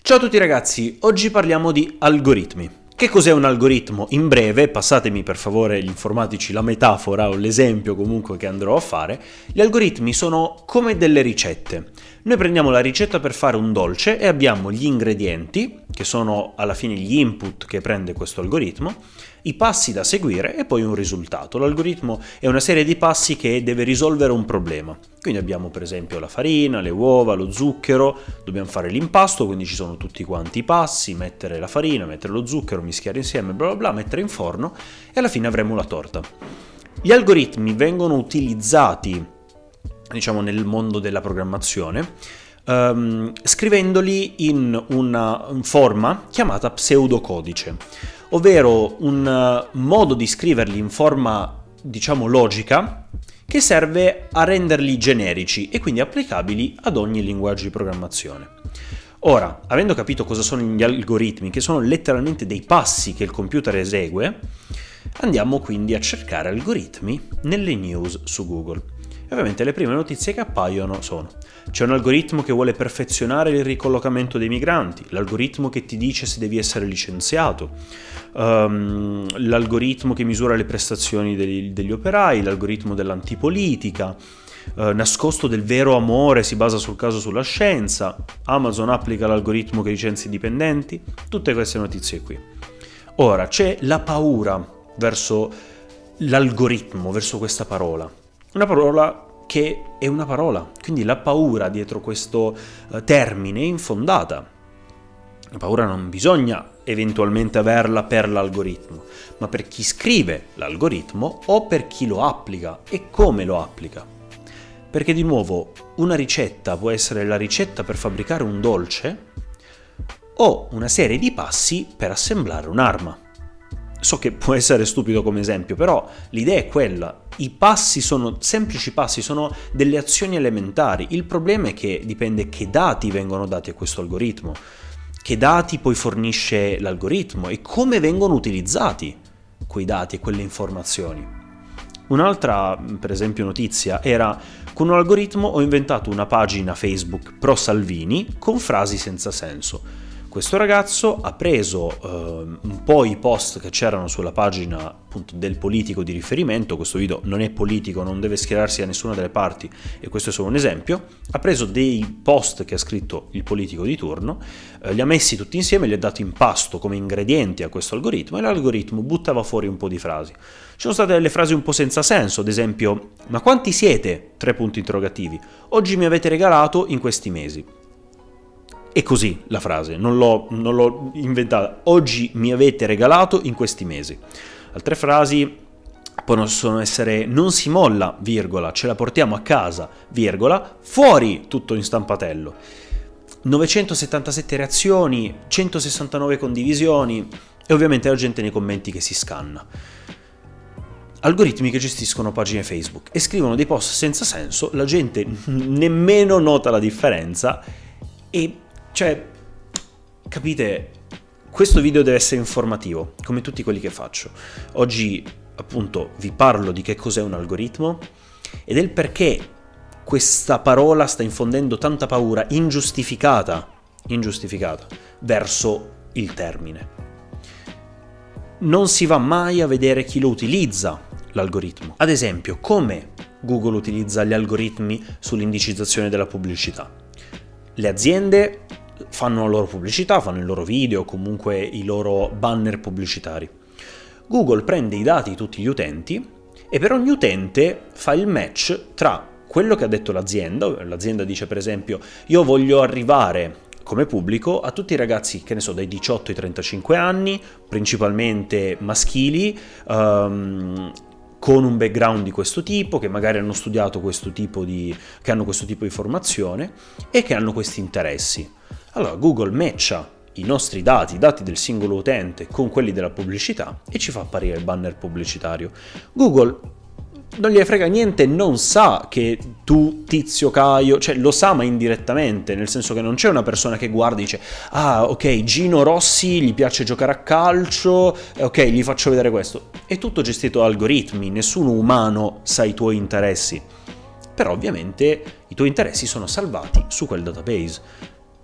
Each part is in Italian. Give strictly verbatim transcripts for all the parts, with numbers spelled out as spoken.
Ciao a tutti ragazzi, oggi parliamo di algoritmi. Che cos'è un algoritmo? In breve, passatemi per favore gli informatici la metafora o l'esempio comunque che andrò a fare, gli algoritmi sono come delle ricette. Noi prendiamo la ricetta per fare un dolce e abbiamo gli ingredienti, che sono alla fine gli input che prende questo algoritmo, i passi da seguire e poi un risultato. L'algoritmo è una serie di passi che deve risolvere un problema. Quindi abbiamo per esempio la farina, le uova, lo zucchero, dobbiamo fare l'impasto, quindi ci sono tutti quanti i passi, mettere la farina, mettere lo zucchero, mischiare insieme, bla bla bla, mettere in forno e alla fine avremo la torta. Gli algoritmi vengono utilizzati, diciamo, nel mondo della programmazione, um, scrivendoli in una forma chiamata pseudocodice, ovvero un modo di scriverli in forma, diciamo, logica, che serve a renderli generici e quindi applicabili ad ogni linguaggio di programmazione. Ora, avendo capito cosa sono gli algoritmi, che sono letteralmente dei passi che il computer esegue, andiamo quindi a cercare algoritmi nelle news su Google. E ovviamente le prime notizie che appaiono sono: c'è un algoritmo che vuole perfezionare il ricollocamento dei migranti, l'algoritmo che ti dice se devi essere licenziato, um, l'algoritmo che misura le prestazioni degli, degli operai, l'algoritmo dell'antipolitica, uh, nascosto del vero amore si basa sul caso sulla scienza, Amazon applica l'algoritmo che licenzia i dipendenti, tutte queste notizie qui. Ora, c'è la paura verso l'algoritmo, verso questa parola. Una parola che è una parola, quindi la paura dietro questo uh, termine è infondata. La paura non bisogna eventualmente averla per l'algoritmo, ma per chi scrive l'algoritmo o per chi lo applica e come lo applica. Perché di nuovo una ricetta può essere la ricetta per fabbricare un dolce o una serie di passi per assemblare un'arma. So che può essere stupido come esempio, però l'idea è quella. I passi sono semplici passi, sono delle azioni elementari. Il problema è che dipende che dati vengono dati a questo algoritmo, che dati poi fornisce l'algoritmo e come vengono utilizzati quei dati e quelle informazioni. Un'altra, per esempio, notizia era: con un algoritmo ho inventato una pagina Facebook pro Salvini con frasi senza senso. Questo ragazzo ha preso eh, un po' i post che c'erano sulla pagina appunto del politico di riferimento. Questo video non è politico, non deve schierarsi da nessuna delle parti e questo è solo un esempio. Ha preso dei post che ha scritto il politico di turno, eh, li ha messi tutti insieme, li ha dato in pasto come ingredienti a questo algoritmo e l'algoritmo buttava fuori un po' di frasi. Ci sono state delle frasi un po' senza senso, ad esempio: ma quanti siete? Tre punti interrogativi. Oggi mi avete regalato in questi mesi. E così la frase, non l'ho, non l'ho inventata. Oggi mi avete regalato in questi mesi. Altre frasi possono essere: non si molla, virgola, ce la portiamo a casa, virgola, fuori tutto in stampatello. novecentosettantasette reazioni, centosessantanove condivisioni e ovviamente la gente nei commenti che si scanna. Algoritmi che gestiscono pagine Facebook e scrivono dei post senza senso, la gente nemmeno nota la differenza e... Cioè, capite, questo video deve essere informativo, come tutti quelli che faccio. Oggi, appunto, vi parlo di che cos'è un algoritmo e del perché questa parola sta infondendo tanta paura ingiustificata, ingiustificata, verso il termine. Non si va mai a vedere chi lo utilizza, l'algoritmo. Ad esempio, come Google utilizza gli algoritmi sull'indicizzazione della pubblicità. Le aziende fanno la loro pubblicità, fanno i loro video, comunque i loro banner pubblicitari. Google prende i dati di tutti gli utenti e per ogni utente fa il match tra quello che ha detto l'azienda. L'azienda dice per esempio: io voglio arrivare come pubblico a tutti i ragazzi, che ne so, dai diciotto ai trentacinque anni, principalmente maschili, um, con un background di questo tipo, che magari hanno studiato questo tipo di, che hanno questo tipo di formazione e che hanno questi interessi. Allora Google matcha i nostri dati, i dati del singolo utente con quelli della pubblicità e ci fa apparire il banner pubblicitario. Google non gli frega niente, non sa che tu, Tizio Caio, cioè lo sa ma indirettamente, nel senso che non c'è una persona che guarda e dice: ah ok, Gino Rossi gli piace giocare a calcio, ok, gli faccio vedere questo. È tutto gestito da algoritmi, nessuno umano sa i tuoi interessi, però ovviamente i tuoi interessi sono salvati su quel database.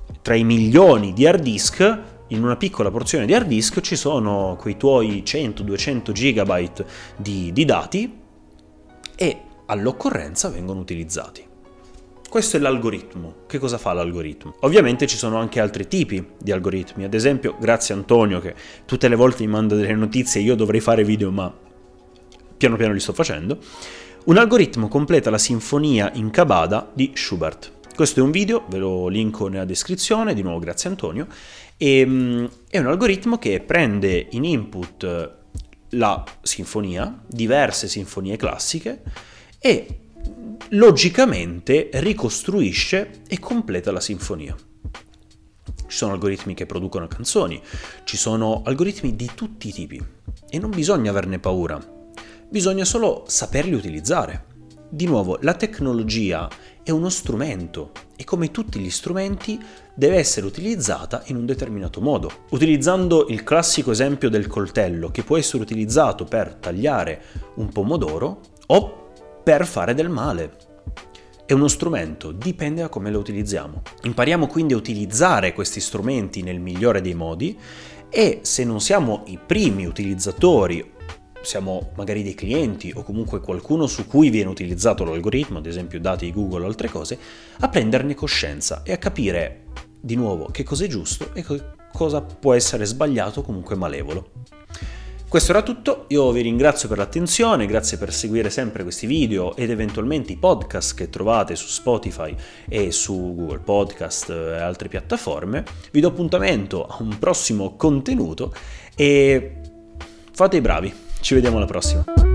tra i milioni di hard disk, in una piccola porzione di hard disk ci sono quei tuoi cento duecento gigabyte di, di dati e all'occorrenza vengono utilizzati. Questo è l'algoritmo. Che cosa fa l'algoritmo? Ovviamente ci sono anche altri tipi di algoritmi, ad esempio, grazie a Antonio che tutte le volte mi manda delle notizie, io dovrei fare video ma piano piano li sto facendo. Un algoritmo completa la sinfonia in Kabada di Schubert. Questo è un video, ve lo linko nella descrizione, di nuovo grazie Antonio, e, um, è un algoritmo che prende in input la sinfonia, diverse sinfonie classiche, e logicamente ricostruisce e completa la sinfonia. Ci sono algoritmi che producono canzoni, ci sono algoritmi di tutti i tipi e non bisogna averne paura, bisogna solo saperli utilizzare. Di nuovo, la tecnologia è uno strumento e come tutti gli strumenti deve essere utilizzata in un determinato modo. Utilizzando il classico esempio del coltello che può essere utilizzato per tagliare un pomodoro o per fare del male. È uno strumento, dipende da come lo utilizziamo. Impariamo quindi a utilizzare questi strumenti nel migliore dei modi e se non siamo i primi utilizzatori, siamo magari dei clienti o comunque qualcuno su cui viene utilizzato l'algoritmo, ad esempio dati di Google o altre cose, a prenderne coscienza e a capire di nuovo che cosa è giusto e cosa può essere sbagliato o comunque malevolo. Questo era tutto, io vi ringrazio per l'attenzione, grazie per seguire sempre questi video ed eventualmente i podcast che trovate su Spotify e su Google Podcast e altre piattaforme. Vi do appuntamento a un prossimo contenuto e fate i bravi, ci vediamo alla prossima.